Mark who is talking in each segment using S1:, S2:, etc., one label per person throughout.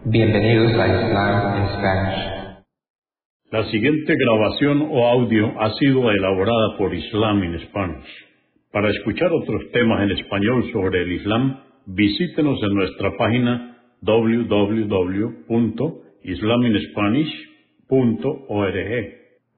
S1: Bienvenidos a Islam en Spanish.
S2: La siguiente grabación o audio ha sido elaborada por Islam in Spanish. Para escuchar otros temas en español sobre el Islam, visítenos en nuestra página www.islaminspanish.org.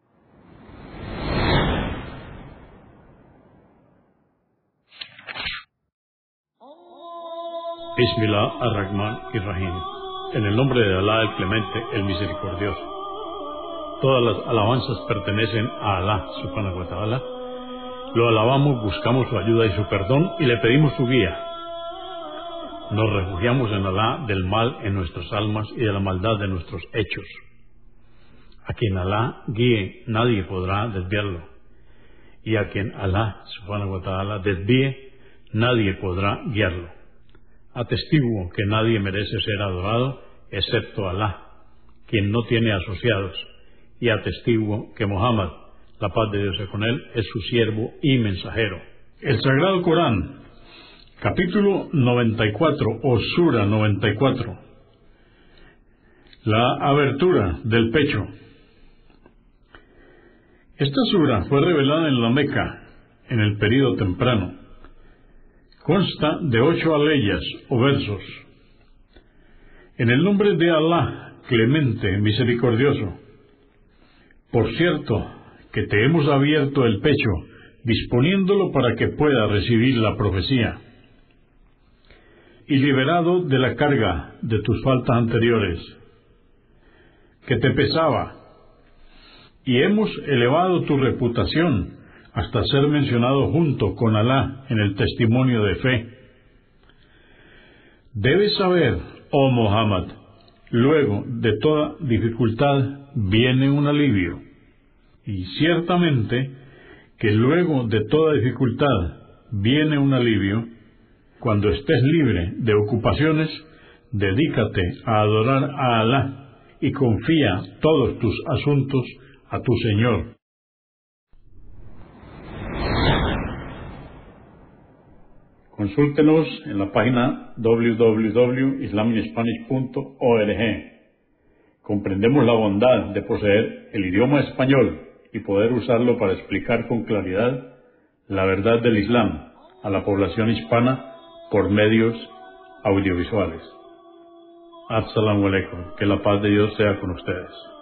S2: Bismillah ar-Rahman ir-Rahim. En el nombre de Alá el Clemente, el Misericordioso. Todas las alabanzas pertenecen a Alá, subhanahu wa ta'ala. Lo alabamos, buscamos su ayuda y su perdón y le pedimos su guía. Nos refugiamos en Alá del mal en nuestras almas y de la maldad de nuestros hechos. A quien Alá guíe, nadie podrá desviarlo. Y a quien Alá, subhanahu wa ta'ala, desvíe, nadie podrá guiarlo. Atestiguo que nadie merece ser adorado excepto Alá, quien no tiene asociados, y atestiguo que Muhammad, la paz de Dios sea con él, es su siervo y mensajero. El Sagrado Corán, capítulo 94 o Sura 94. La abertura del pecho. Esta sura fue revelada en la Meca, en el período temprano. Consta de 8 aleyas o versos. En el nombre de Alá, clemente, misericordioso. Por cierto, que te hemos abierto el pecho, disponiéndolo para que pueda recibir la profecía, y liberado de la carga de tus faltas anteriores, que te pesaba, y hemos elevado tu reputación hasta ser mencionado junto con Alá en el testimonio de fe. Debes saber, oh Muhammad, luego de toda dificultad viene un alivio, y ciertamente que luego de toda dificultad viene un alivio. Cuando estés libre de ocupaciones, dedícate a adorar a Alá y confía todos tus asuntos a tu Señor. Consúltenos en la página www.islaminspanish.org. Comprendemos la bondad de poseer el idioma español y poder usarlo para explicar con claridad la verdad del Islam a la población hispana por medios audiovisuales. Assalamu alaikum. Que la paz de Dios sea con ustedes.